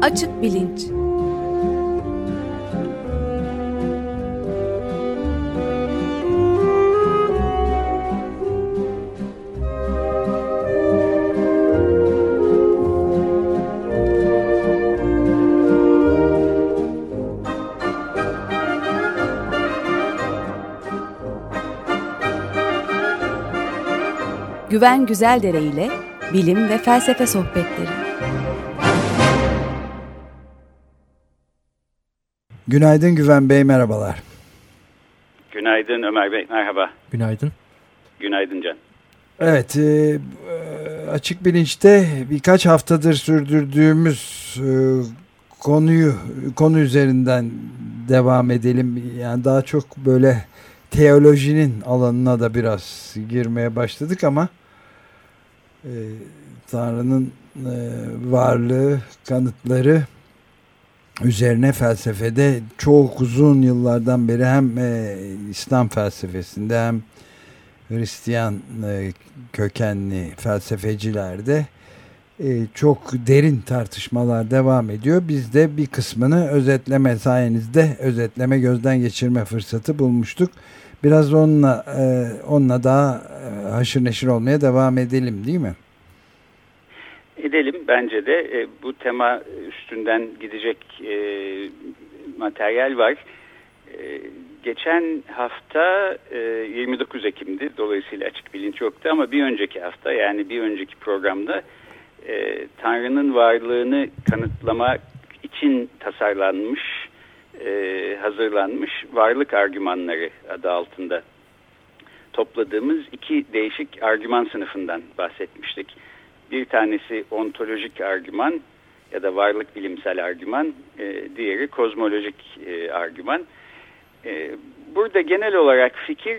Açık bilinç. Güven Güzeldere ile bilim ve felsefe sohbetleri. Günaydın Güven Bey, merhabalar. Günaydın Ömer Bey, merhaba. Günaydın. Günaydın Can. Evet, Açık Bilinç'te birkaç haftadır sürdürdüğümüz konu üzerinden devam edelim. Yani daha çok böyle teolojinin alanına da biraz girmeye başladık ama Tanrı'nın varlığı, kanıtları üzerine felsefede çok uzun yıllardan beri hem İslam felsefesinde hem Hristiyan kökenli felsefecilerde çok derin tartışmalar devam ediyor. Biz de bir kısmını sayenizde özetleme, gözden geçirme fırsatı bulmuştuk. Biraz onunla daha haşır neşir olmaya devam edelim, değil mi? Edelim bence de. Bu tema üstünden gidecek materyal var. Geçen hafta 29 Ekim'di. Dolayısıyla açık bilinç yoktu ama bir önceki hafta, yani bir önceki programda Tanrı'nın varlığını kanıtlamak için tasarlanmış, hazırlanmış varlık argümanları adı altında topladığımız iki değişik argüman sınıfından bahsetmiştik. Bir tanesi ontolojik argüman ya da varlık bilimsel argüman, diğeri kozmolojik argüman. Burada genel olarak fikir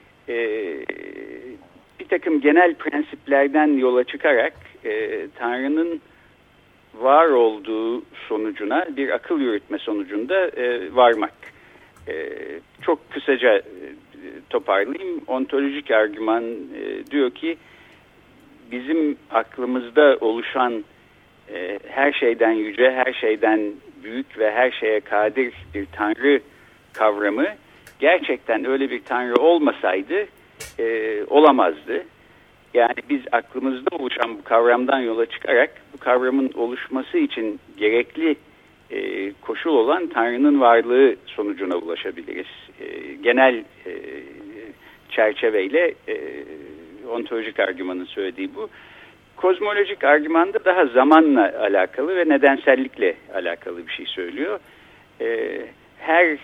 bir takım genel prensiplerden yola çıkarak Tanrı'nın var olduğu sonucuna, bir akıl yürütme sonucunda varmak. Çok kısaca toparlayayım. Ontolojik argüman diyor ki bizim aklımızda oluşan her şeyden yüce, her şeyden büyük ve her şeye kadir bir Tanrı kavramı gerçekten öyle bir Tanrı olmasaydı olamazdı. Yani biz aklımızda oluşan bu kavramdan yola çıkarak bu kavramın oluşması için gerekli koşul olan Tanrı'nın varlığı sonucuna ulaşabiliriz. Genel çerçeveyle ontolojik argümanın söylediği bu. Kozmolojik argümanda daha zamanla alakalı ve nedensellikle alakalı bir şey söylüyor. Her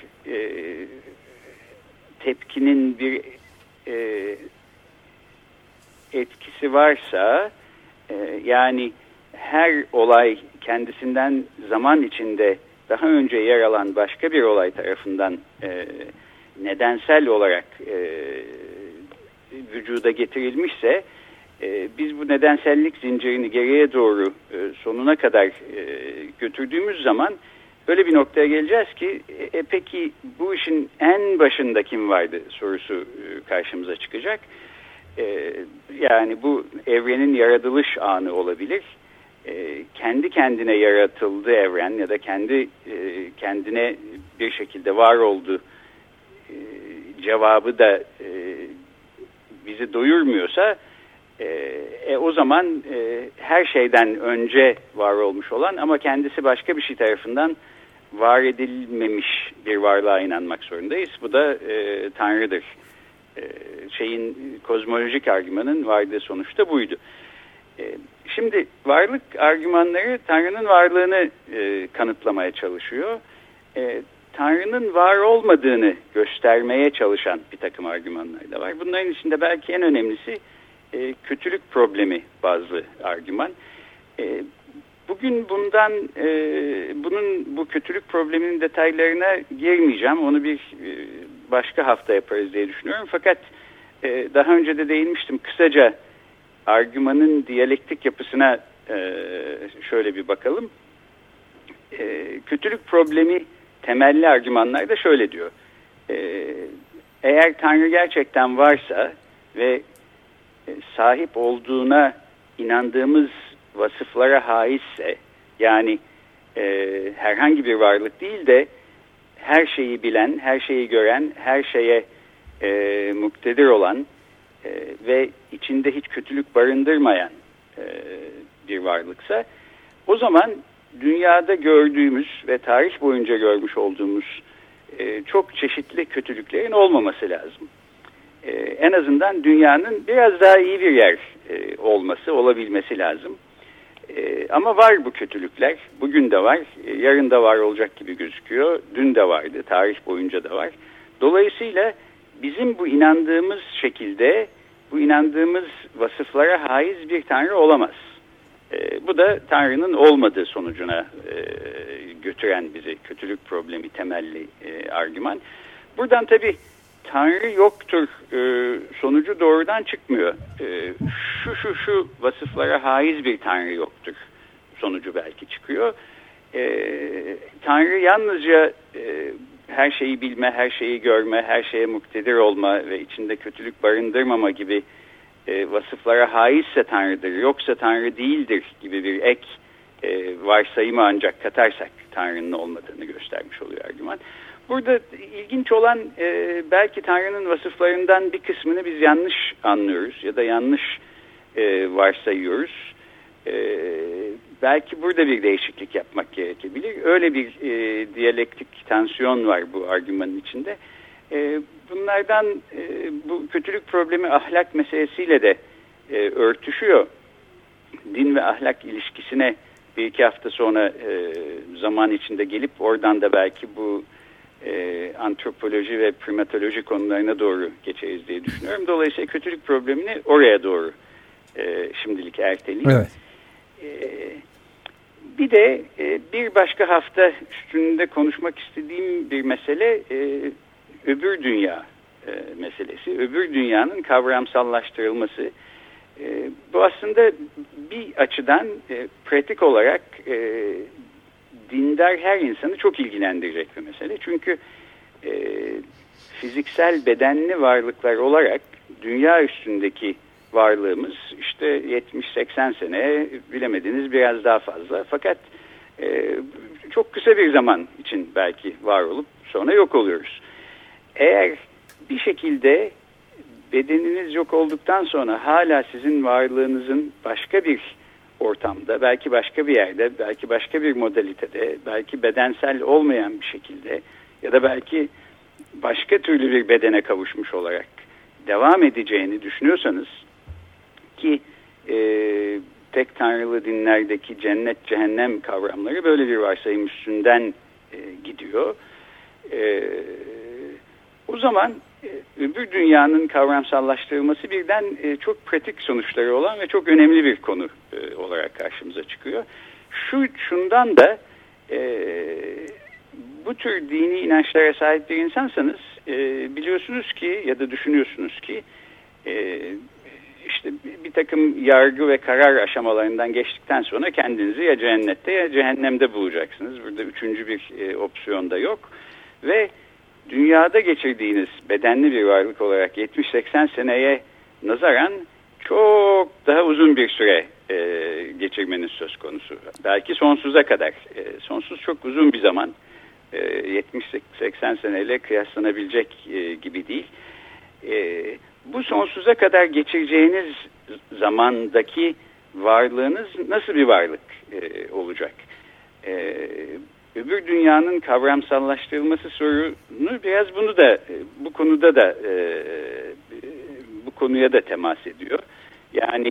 tepkinin bir etkisi varsa, yani her olay kendisinden zaman içinde daha önce yer alan başka bir olay tarafından nedensel olarak vücuda getirilmişse, biz bu nedensellik zincirini geriye doğru sonuna kadar götürdüğümüz zaman öyle bir noktaya geleceğiz ki peki bu işin en başında kim vardı sorusu karşımıza çıkacak. Yani bu evrenin yaratılış anı olabilir. Kendi kendine yaratıldı evren ya da kendi kendine bir şekilde var oldu cevabı da bizi doyurmuyorsa, o zaman her şeyden önce var olmuş olan ama kendisi başka bir şey tarafından var edilmemiş bir varlığa inanmak zorundayız. Bu da Tanrı'dır. Kozmolojik argümanın vardığı sonuçta buydu. Şimdi varlık argümanları Tanrı'nın varlığını kanıtlamaya çalışıyor. Tanrı'nın var olmadığını göstermeye çalışan bir takım argümanlar da var. Bunların içinde belki en önemlisi kötülük problemi bazlı argüman. Bugün bu kötülük probleminin detaylarına girmeyeceğim. Onu bir başka hafta yaparız diye düşünüyorum. Fakat daha önce de değinmiştim. Kısaca argümanın diyalektik yapısına şöyle bir bakalım. Kötülük problemi temelli argümanlar da şöyle diyor. Eğer Tanrı gerçekten varsa ve sahip olduğuna inandığımız vasıflara haizse, yani herhangi bir varlık değil de her şeyi bilen, her şeyi gören, her şeye muktedir olan ve içinde hiç kötülük barındırmayan bir varlıksa, o zaman dünyada gördüğümüz ve tarih boyunca görmüş olduğumuz çok çeşitli kötülüklerin olmaması lazım. En azından dünyanın biraz daha iyi bir yer olabilmesi lazım. Ama var bu kötülükler. Bugün de var, yarın da var olacak gibi gözüküyor. Dün de vardı, tarih boyunca da var. Dolayısıyla bizim bu inandığımız şekilde, bu inandığımız vasıflara haiz bir tanrı olamaz. Bu da tanrının olmadığı sonucuna götüren bizi, kötülük problemi temelli argüman. Buradan tabii tanrı yoktur sonucu doğrudan çıkmıyor. Şu vasıflara haiz bir tanrı yoktur sonucu belki çıkıyor. Tanrı yalnızca her şeyi bilme, her şeyi görme, her şeye muktedir olma ve içinde kötülük barındırmama gibi vasıflara haizse Tanrı'dır, yoksa Tanrı değildir gibi bir ek varsayımı ancak katarsak Tanrı'nın olmadığını göstermiş oluyor argüman. Burada ilginç olan belki Tanrı'nın vasıflarından bir kısmını biz yanlış anlıyoruz ya da yanlış varsayıyoruz. Belki burada bir değişiklik yapmak gerekebilir. Öyle bir diyalektik tansiyon var bu argümanın içinde. Bunlardan bu kötülük problemi ahlak meselesiyle de örtüşüyor. Din ve ahlak ilişkisine bir iki hafta sonra zaman içinde gelip oradan da belki bu antropoloji ve primatoloji konularına doğru geçeriz diye düşünüyorum. Dolayısıyla kötülük problemini oraya doğru şimdilik erteleyeyim. Evet. Bir de bir başka hafta üstünde konuşmak istediğim bir mesele öbür dünya meselesi. Öbür dünyanın kavramsallaştırılması. Bu aslında bir açıdan pratik olarak dindar her insanı çok ilgilendirecek bir mesele. Çünkü fiziksel bedenli varlıklar olarak dünya üstündeki varlığımız işte 70-80 sene, bilemediniz biraz daha fazla. Fakat çok kısa bir zaman için belki var olup sonra yok oluyoruz. Eğer bir şekilde bedeniniz yok olduktan sonra hala sizin varlığınızın başka bir ortamda, belki başka bir yerde, belki başka bir modalitede, belki bedensel olmayan bir şekilde ya da belki başka türlü bir bedene kavuşmuş olarak devam edeceğini düşünüyorsanız, ki tek tanrılı dinlerdeki cennet cehennem kavramları böyle bir varsayım üstünden gidiyor. O zaman öbür dünyanın kavramsallaştırılması birden çok pratik sonuçları olan ve çok önemli bir konu olarak karşımıza çıkıyor. Şundan da bu tür dini inançlara sahip bir insansanız biliyorsunuz ki ya da düşünüyorsunuz ki işte bir takım yargı ve karar aşamalarından geçtikten sonra kendinizi ya cennette ya cehennemde bulacaksınız. Burada üçüncü bir opsiyon da yok. Ve dünyada geçirdiğiniz bedenli bir varlık olarak 70-80 seneye nazaran çok daha uzun bir süre geçirmeniz söz konusu. Belki sonsuza kadar. Sonsuz çok uzun bir zaman. 70-80 seneyle kıyaslanabilecek gibi değil. Bu sonsuza kadar geçireceğiniz zamandaki varlığınız nasıl bir varlık olacak? Öbür dünyanın kavramsallaştırılması sorunu biraz bunu da bu konuda da bu konuya da temas ediyor. Yani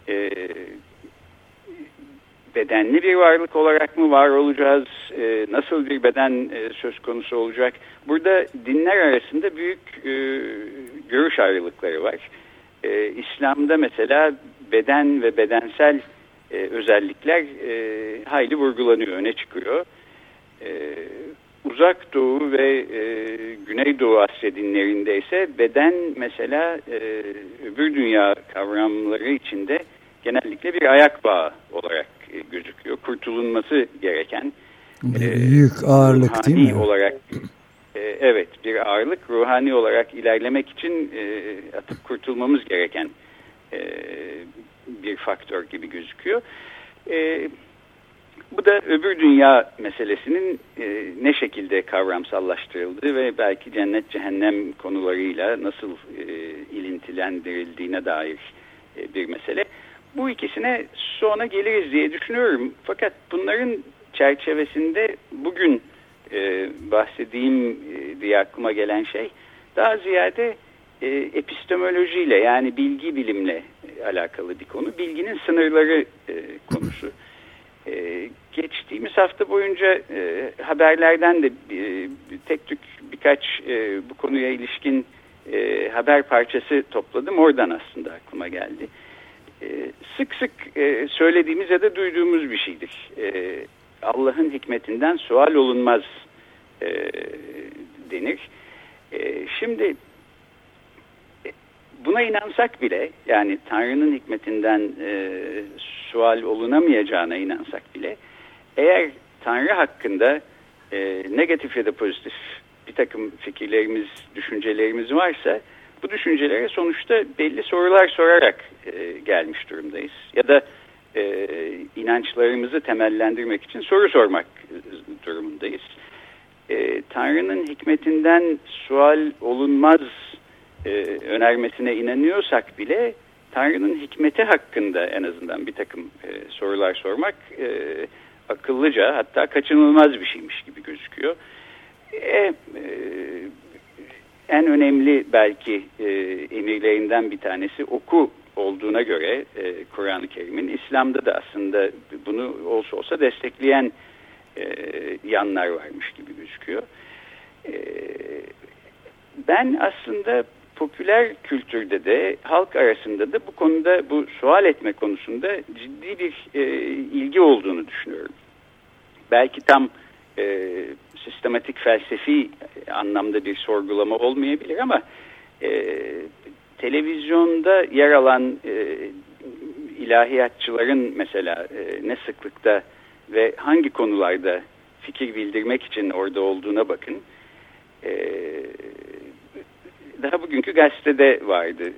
bedenli bir varlık olarak mı var olacağız? Nasıl bir beden söz konusu olacak? Burada dinler arasında büyük görüş ayrılıkları var. İslam'da mesela beden ve bedensel özellikler hayli vurgulanıyor, öne çıkıyor. Uzak Doğu ve Güneydoğu Asya dinlerinde ise beden mesela öbür dünya kavramları içinde genellikle bir ayak bağı olarak gözüküyor. Kurtulunması gereken büyük ağırlık değil mi? Olarak, evet, bir ağırlık, ruhani olarak ilerlemek için atıp kurtulmamız gereken bir faktör gibi gözüküyor. Bu da öbür dünya meselesinin ne şekilde kavramsallaştırıldığı ve belki cennet cehennem konularıyla nasıl ilintilendirildiğine dair bir mesele. Bu ikisine sonra geliriz diye düşünüyorum. Fakat bunların çerçevesinde bugün bahsedeyim diye aklıma gelen şey daha ziyade epistemolojiyle, yani bilgi bilimle alakalı bir konu. Bilginin sınırları konusu. Geçtiğimiz hafta boyunca haberlerden de tek tük birkaç bu konuya ilişkin haber parçası topladım. Oradan aslında aklıma geldi. Sık sık söylediğimiz ya da duyduğumuz bir şeydir. Allah'ın hikmetinden sual olunmaz denir. Şimdi buna inansak bile, yani Tanrı'nın hikmetinden sual olunamayacağına inansak bile, eğer Tanrı hakkında negatif ya da pozitif bir takım fikirlerimiz, düşüncelerimiz varsa, bu düşüncelere sonuçta belli sorular sorarak gelmiş durumdayız. Ya da inançlarımızı temellendirmek için soru sormak durumundayız. Tanrı'nın hikmetinden sual olunmaz önermesine inanıyorsak bile Tanrı'nın hikmeti hakkında en azından bir takım sorular sormak akıllıca, hatta kaçınılmaz bir şeymiş gibi gözüküyor. En önemli belki emirlerinden bir tanesi oku olduğuna göre Kur'an-ı Kerim'in, İslam'da da aslında bunu olsa olsa destekleyen yanlar varmış gibi gözüküyor. Ben aslında popüler kültürde de halk arasında da bu konuda, bu sual etme konusunda ciddi bir ilgi olduğunu düşünüyorum. Belki tam sistematik felsefi anlamda bir sorgulama olmayabilir ama televizyonda yer alan ilahiyatçıların mesela ne sıklıkta ve hangi konularda fikir bildirmek için orada olduğuna bakın. Daha bugünkü gazetede vardı.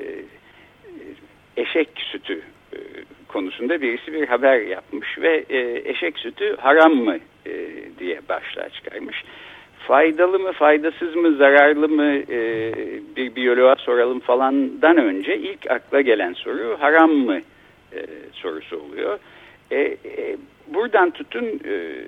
Eşek sütü konusunda birisi bir haber yapmış ve eşek sütü haram mı diye başlığa çıkarmış. Faydalı mı, faydasız mı, zararlı mı bir biyoloğa soralım falandan önce ilk akla gelen soru haram mı sorusu oluyor. Buradan tutun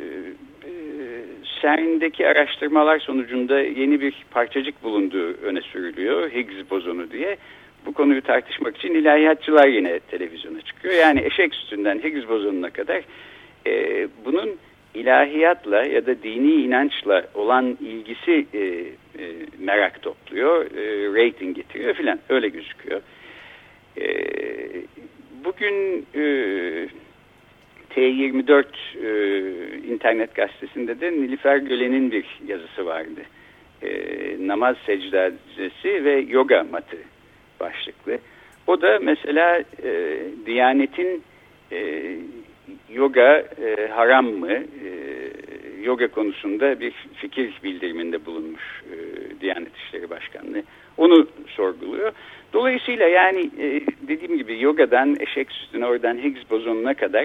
CERN'deki araştırmalar sonucunda yeni bir parçacık bulunduğu öne sürülüyor, Higgs bozonu diye. Bu konuyu tartışmak için ilahiyatçılar yine televizyona çıkıyor. Yani eşek sütünden Higgs bozonuna kadar bunun ilahiyatla ya da dini inançla olan ilgisi merak topluyor, rating getiriyor filan, öyle gözüküyor. Bugün T24 internet gazetesinde de Nilüfer Gölen'in bir yazısı vardı. Namaz secdesi ve yoga matı başlıklı. O da mesela Diyanet'in yoga haram mı? Yoga konusunda bir fikir bildiriminde bulunmuş Diyanet İşleri Başkanlığı. Onu sorguluyor. Dolayısıyla yani dediğim gibi yogadan eşek sütüne, oradan Higgs bozonuna kadar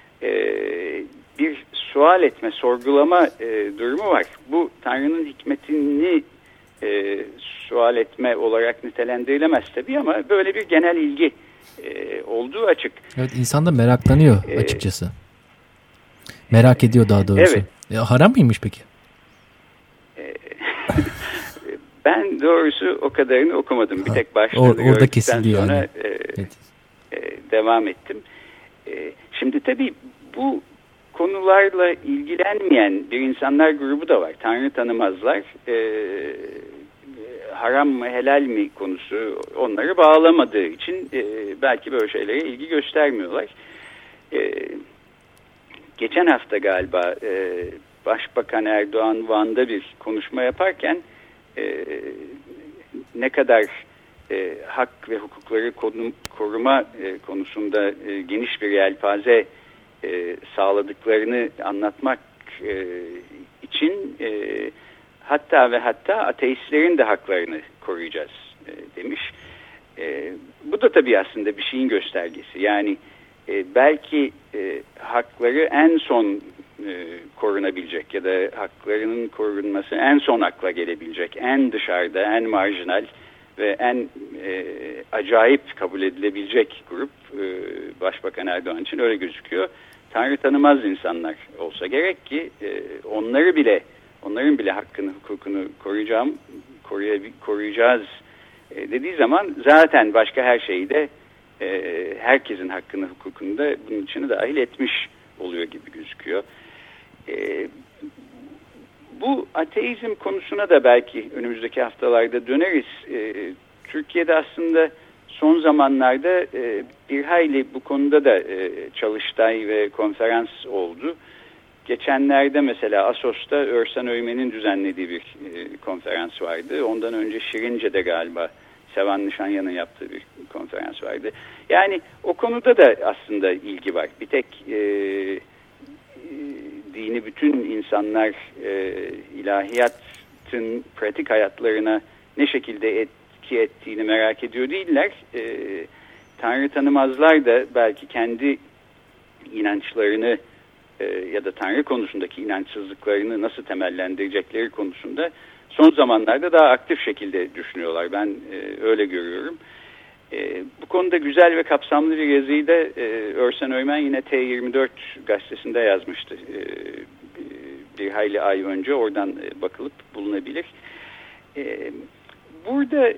bir sual etme, sorgulama durumu var. Bu Tanrı'nın hikmetini sual etme olarak nitelendirilemez tabii ama böyle bir genel ilgi olduğu açık. Evet, insan da meraklanıyor açıkçası. Merak ediyor daha doğrusu. Evet. Haram mıymış peki? Ben doğrusu o kadarını okumadım. Bir tek başlığını orada kesildi sonra yani. Devam ettim. Şimdi tabii bu konularla ilgilenmeyen bir insanlar grubu da var. Tanrı tanımazlar. Haram mı helal mi konusu onları bağlamadığı için belki böyle şeylere ilgi göstermiyorlar. Geçen hafta galiba Başbakan Erdoğan Van'da bir konuşma yaparken ne kadar hak ve hukukları koruma konusunda geniş bir yelpaze sağladıklarını anlatmak için hatta ve hatta ateistlerin de haklarını koruyacağız demiş. Bu da tabii aslında bir şeyin göstergesi. Yani belki hakları en son korunabilecek ya da haklarının korunması en son akla gelebilecek, en dışarıda, en marjinal ve en acayip kabul edilebilecek grup Başbakan Erdoğan için öyle gözüküyor. Tanrı tanımaz insanlar olsa gerek ki onların bile hakkını, hukukunu koruyacağız dediği zaman zaten başka her şeyi de herkesin hakkını, hukukunu da bunun içine dahil etmiş oluyor gibi gözüküyor. Bu ateizm konusuna da belki önümüzdeki haftalarda döneriz. Türkiye'de aslında son zamanlarda bir hayli bu konuda da çalıştay ve konferans oldu. Geçenlerde mesela Assos'ta Örsen Öymen'in düzenlediği bir konferans vardı. Ondan önce Şirince'de galiba Sevan Nişanyan'ın yaptığı bir konferans vardı. Yani o konuda da aslında ilgi var. Bir tek dini bütün insanlar ilahiyatın pratik hayatlarına ne şekilde etki ettiğini merak ediyor değiller. Tanrı tanımazlar da belki kendi inançlarını ya da Tanrı konusundaki inançsızlıklarını nasıl temellendirecekleri konusunda son zamanlarda daha aktif şekilde düşünüyorlar. Ben öyle görüyorum. Bu konuda güzel ve kapsamlı bir yazıyı da Örsen Öymen yine T24 gazetesinde yazmıştı. Bir hayli ay önce oradan bakılıp bulunabilir. Burada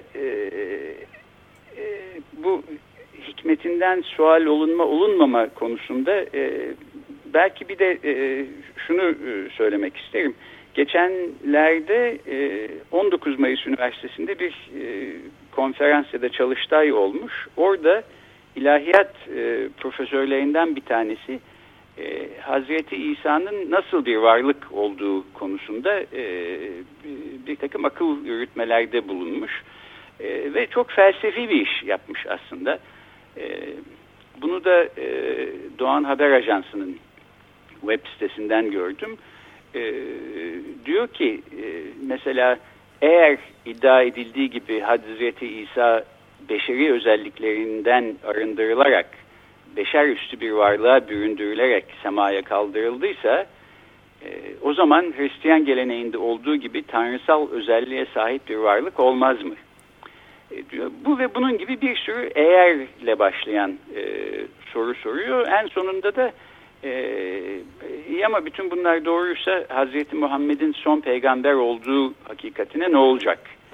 bu hikmetinden sual olunmama konusunda belki bir de şunu söylemek isterim. Geçenlerde 19 Mayıs Üniversitesi'nde bir konferans ya da çalıştay olmuş. Orada ilahiyat profesörlerinden bir tanesi Hazreti İsa'nın nasıl bir varlık olduğu konusunda bir takım akıl yürütmelerde bulunmuş. Ve çok felsefi bir iş yapmış aslında. Bunu da Doğan Haber Ajansı'nın web sitesinden gördüm. Diyor ki mesela eğer iddia edildiği gibi Hazreti İsa beşeri özelliklerinden arındırılarak beşer üstü bir varlığa büründürülerek semaya kaldırıldıysa o zaman Hristiyan geleneğinde olduğu gibi tanrısal özelliğe sahip bir varlık olmaz mı? Diyor. Bu ve bunun gibi bir sürü eğerle başlayan soru soruyor. En sonunda da ama bütün bunlar doğruysa Hazreti Muhammed'in son peygamber olduğu hakikatine ne olacak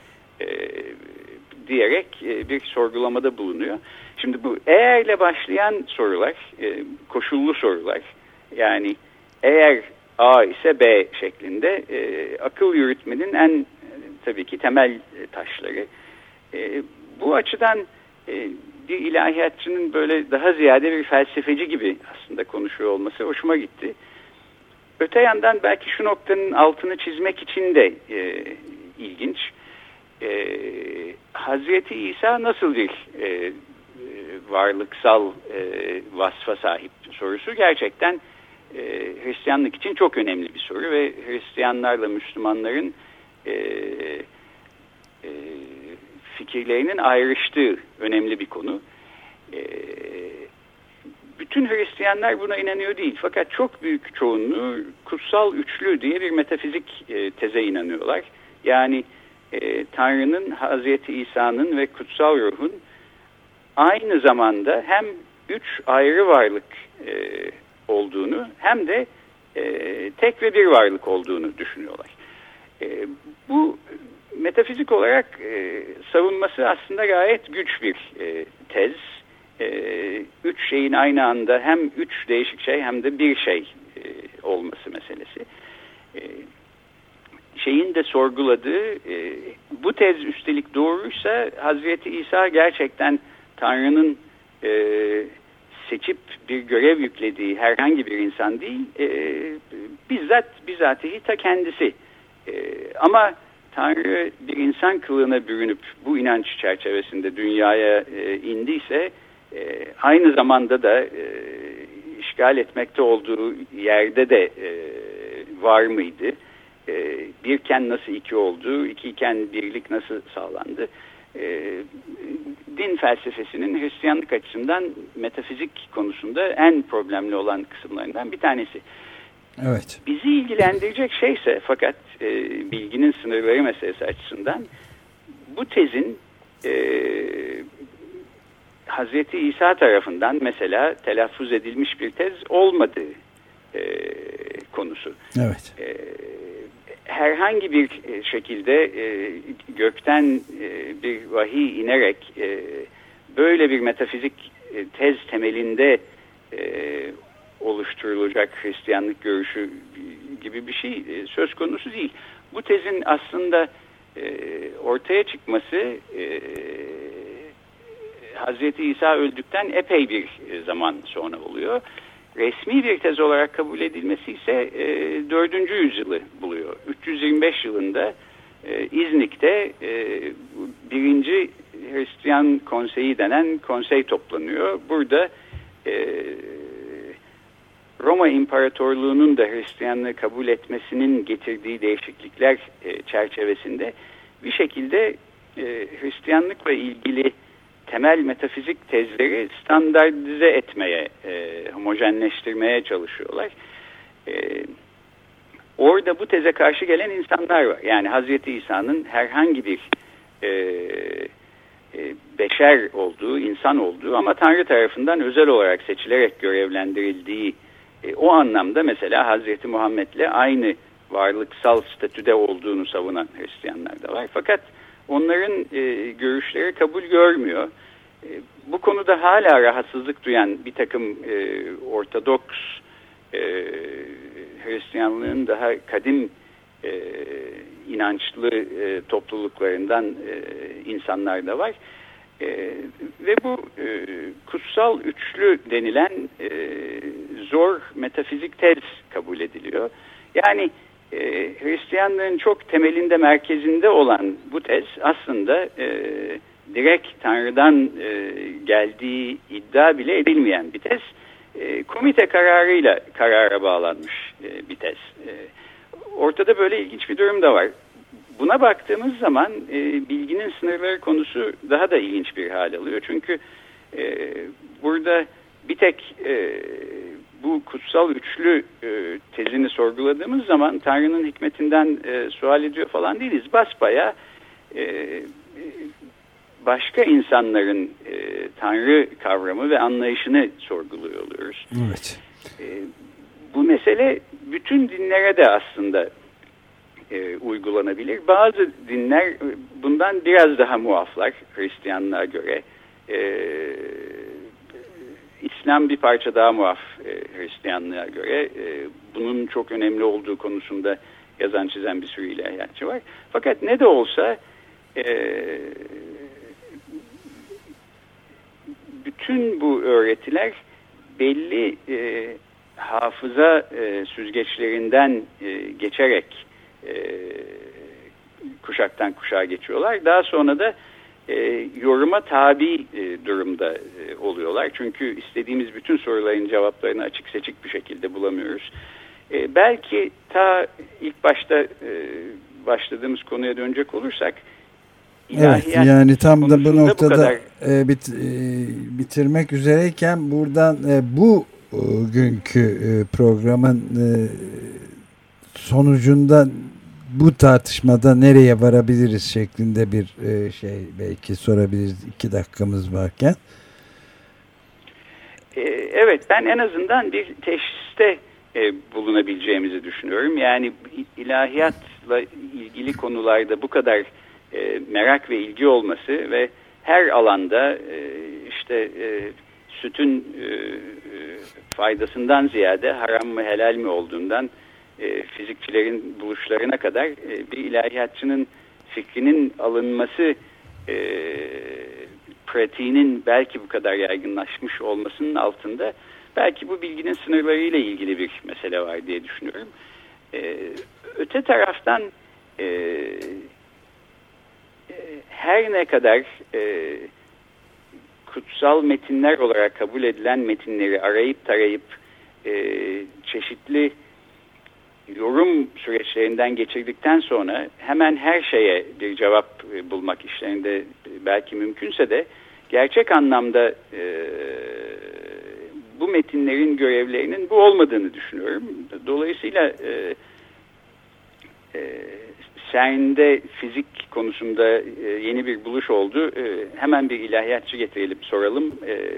diyerek bir sorgulamada bulunuyor. Şimdi bu eğerle başlayan sorular koşullu sorular, yani eğer A ise B şeklinde akıl yürütmenin en tabii ki temel taşları. Bu açıdan bir ilahiyatçının böyle daha ziyade bir felsefeci gibi aslında konuşuyor olması hoşuma gitti. Öte yandan belki şu noktanın altını çizmek için de ilginç. Hazreti İsa nasıl bir varlıksal vasfa sahip sorusu gerçekten Hristiyanlık için çok önemli bir soru ve Hristiyanlarla Müslümanların fikirlerinin ayrıştığı önemli bir konu. Bütün Hristiyanlar buna inanıyor değil. Fakat çok büyük çoğunluğu kutsal üçlü diye bir metafizik teze inanıyorlar. Yani Tanrı'nın, Hazreti İsa'nın ve kutsal ruhun aynı zamanda hem üç ayrı varlık olduğunu hem de tek ve bir varlık olduğunu düşünüyorlar. Bu metafizik olarak savunması aslında gayet güç bir tez. Üç şeyin aynı anda hem üç değişik şey hem de bir şey olması meselesi. Şeyin de sorguladığı bu tez üstelik doğruysa Hazreti İsa gerçekten Tanrı'nın seçip bir görev yüklediği herhangi bir insan değil, bizzatihi ta kendisi. Ama Tanrı bir insan kılığına bürünüp bu inanç çerçevesinde dünyaya indiyse aynı zamanda da işgal etmekte olduğu yerde de var mıydı? Birken nasıl iki oldu? İkiyken birlik nasıl sağlandı? din felsefesinin Hristiyanlık açısından metafizik konusunda en problemli olan kısımlarından bir tanesi. Evet. Bizi ilgilendirecek şeyse fakat bilginin sınırları meselesi açısından bu tezin Hazreti İsa tarafından mesela telaffuz edilmiş bir tez olmadığı konusu. Evet. Herhangi bir şekilde gökten bir vahiy inerek böyle bir metafizik tez temelinde oluşturulacak Hristiyanlık görüşü gibi bir şey söz konusu değil. Bu tezin aslında ortaya çıkması Hazreti İsa öldükten epey bir zaman sonra oluyor. Resmi bir tez olarak kabul edilmesi ise 4. yüzyılı buluyor. 325 yılında İznik'te 1. Hristiyan Konseyi denen konsey toplanıyor. Burada Roma İmparatorluğu'nun da Hristiyanlığı kabul etmesinin getirdiği değişiklikler çerçevesinde bir şekilde Hristiyanlıkla ilgili temel metafizik tezleri standartize etmeye, homojenleştirmeye çalışıyorlar. Orada bu teze karşı gelen insanlar var. Yani Hazreti İsa'nın herhangi bir beşer olduğu, insan olduğu ama Tanrı tarafından özel olarak seçilerek görevlendirildiği, o anlamda mesela Hazreti Muhammed'le aynı varlıksal statüde olduğunu savunan Hristiyanlar da var. Fakat onların görüşleri kabul görmüyor. Bu konuda hala rahatsızlık duyan bir takım Ortodoks Hristiyanlığın daha kadim inançlı topluluklarından insanlar da var. Ve bu kutsal üçlü denilen zor metafizik tez kabul ediliyor. Yani Hristiyanlığın çok temelinde, merkezinde olan bu tez aslında direkt Tanrı'dan geldiği iddia bile edilmeyen bir tez. Komite kararıyla karara bağlanmış bir tez. Ortada böyle ilginç bir durum da var. Buna baktığımız zaman bilginin sınırları konusu daha da ilginç bir hal alıyor. Çünkü burada bir tek bu kutsal üçlü tezini sorguladığımız zaman Tanrı'nın hikmetinden sual ediyor falan değiliz. Basbayağı başka insanların Tanrı kavramı ve anlayışını sorguluyor oluyoruz. Evet. Bu mesele bütün dinlere de aslında uygulanabilir. Bazı dinler bundan biraz daha muaflar Hristiyanlığa göre. İslam bir parça daha muaf Hristiyanlığa göre. Bunun çok önemli olduğu konusunda yazan çizen bir sürü ilahiyatçı var. Fakat ne de olsa bütün bu öğretiler belli hafıza süzgeçlerinden geçerek kuşaktan kuşağa geçiyorlar. Daha sonra da yoruma tabi durumda oluyorlar. Çünkü istediğimiz bütün soruların cevaplarını açık seçik bir şekilde bulamıyoruz. Belki ta ilk başta başladığımız konuya dönecek olursak, evet, yani tam da bu noktada bitirmek üzereyken buradan bu günkü programın sonucunda bu tartışmada nereye varabiliriz şeklinde bir şey belki sorabiliriz 2 dakikamız varken. Evet, ben en azından bir teşhiste bulunabileceğimizi düşünüyorum. Yani ilahiyatla ilgili konularda bu kadar merak ve ilgi olması ve her alanda işte sütün faydasından ziyade haram mı helal mi olduğundan fizikçilerin buluşlarına kadar bir ilahiyatçının fikrinin alınması pratiğinin belki bu kadar yaygınlaşmış olmasının altında belki bu bilginin sınırlarıyla ilgili bir mesele var diye düşünüyorum. Öte taraftan her ne kadar kutsal metinler olarak kabul edilen metinleri arayıp tarayıp çeşitli yorum süreçlerinden geçirdikten sonra hemen her şeye bir cevap bulmak işlerinde belki mümkünse de gerçek anlamda bu metinlerin görevlerinin bu olmadığını düşünüyorum. Dolayısıyla CERN'de fizik konusunda yeni bir buluş oldu. Hemen bir ilahiyatçı getirelim, soralım.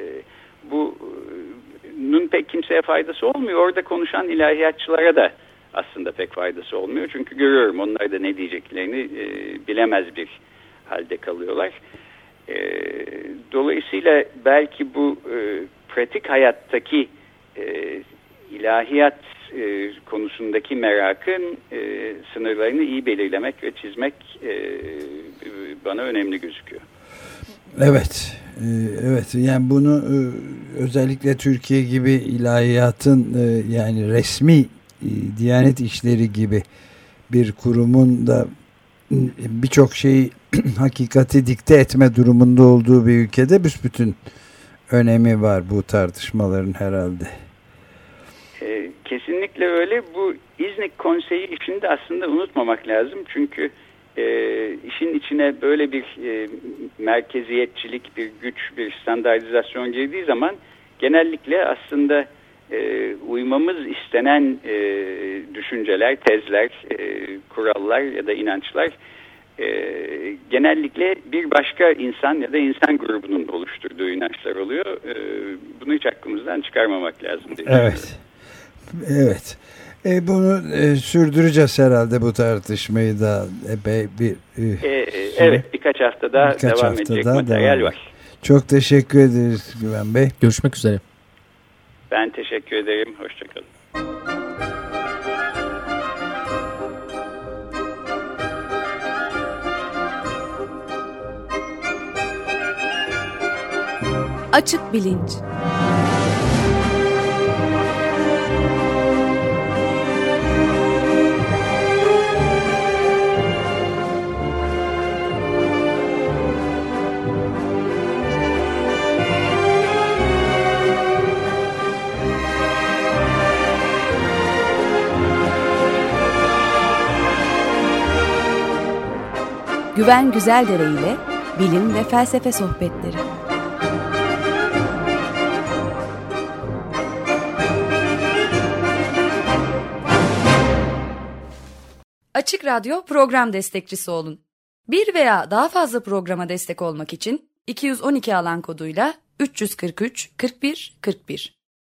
Bunun pek kimseye faydası olmuyor. Orada konuşan ilahiyatçılara da aslında pek faydası olmuyor. Çünkü görüyorum onlar da ne diyeceklerini bilemez bir halde kalıyorlar. Dolayısıyla belki bu pratik hayattaki ilahiyat konusundaki merakın sınırlarını iyi belirlemek ve çizmek bana önemli gözüküyor. Evet, evet. Yani bunu özellikle Türkiye gibi ilahiyatın yani resmi Diyanet İşleri gibi bir kurumun da birçok şeyi hakikati dikte etme durumunda olduğu bir ülkede büsbütün önemi var bu tartışmaların herhalde. Kesinlikle öyle. Bu İznik Konseyi işini de aslında unutmamak lazım. Çünkü işin içine böyle bir merkeziyetçilik, bir güç, bir standartizasyon girdiği zaman genellikle aslında uymamız istenen düşünceler, tezler, kurallar ya da inançlar genellikle bir başka insan ya da insan grubunun oluşturduğu inançlar oluyor. Bunu hiç aklımızdan çıkarmamak lazım. Evet. Evet. Bunu sürdüreceğiz herhalde bu tartışmayı da epey bir evet, birkaç hafta daha devam edecek materyal var. Çok teşekkür ederiz Güven Bey. Görüşmek üzere. Ben teşekkür ederim. Hoşçakalın. Açık Bilinç. Güven Güzeldere ile bilim ve felsefe sohbetleri. Açık Radyo program destekçisi olun. Bir veya daha fazla programa destek olmak için 212 alan koduyla 343 41 41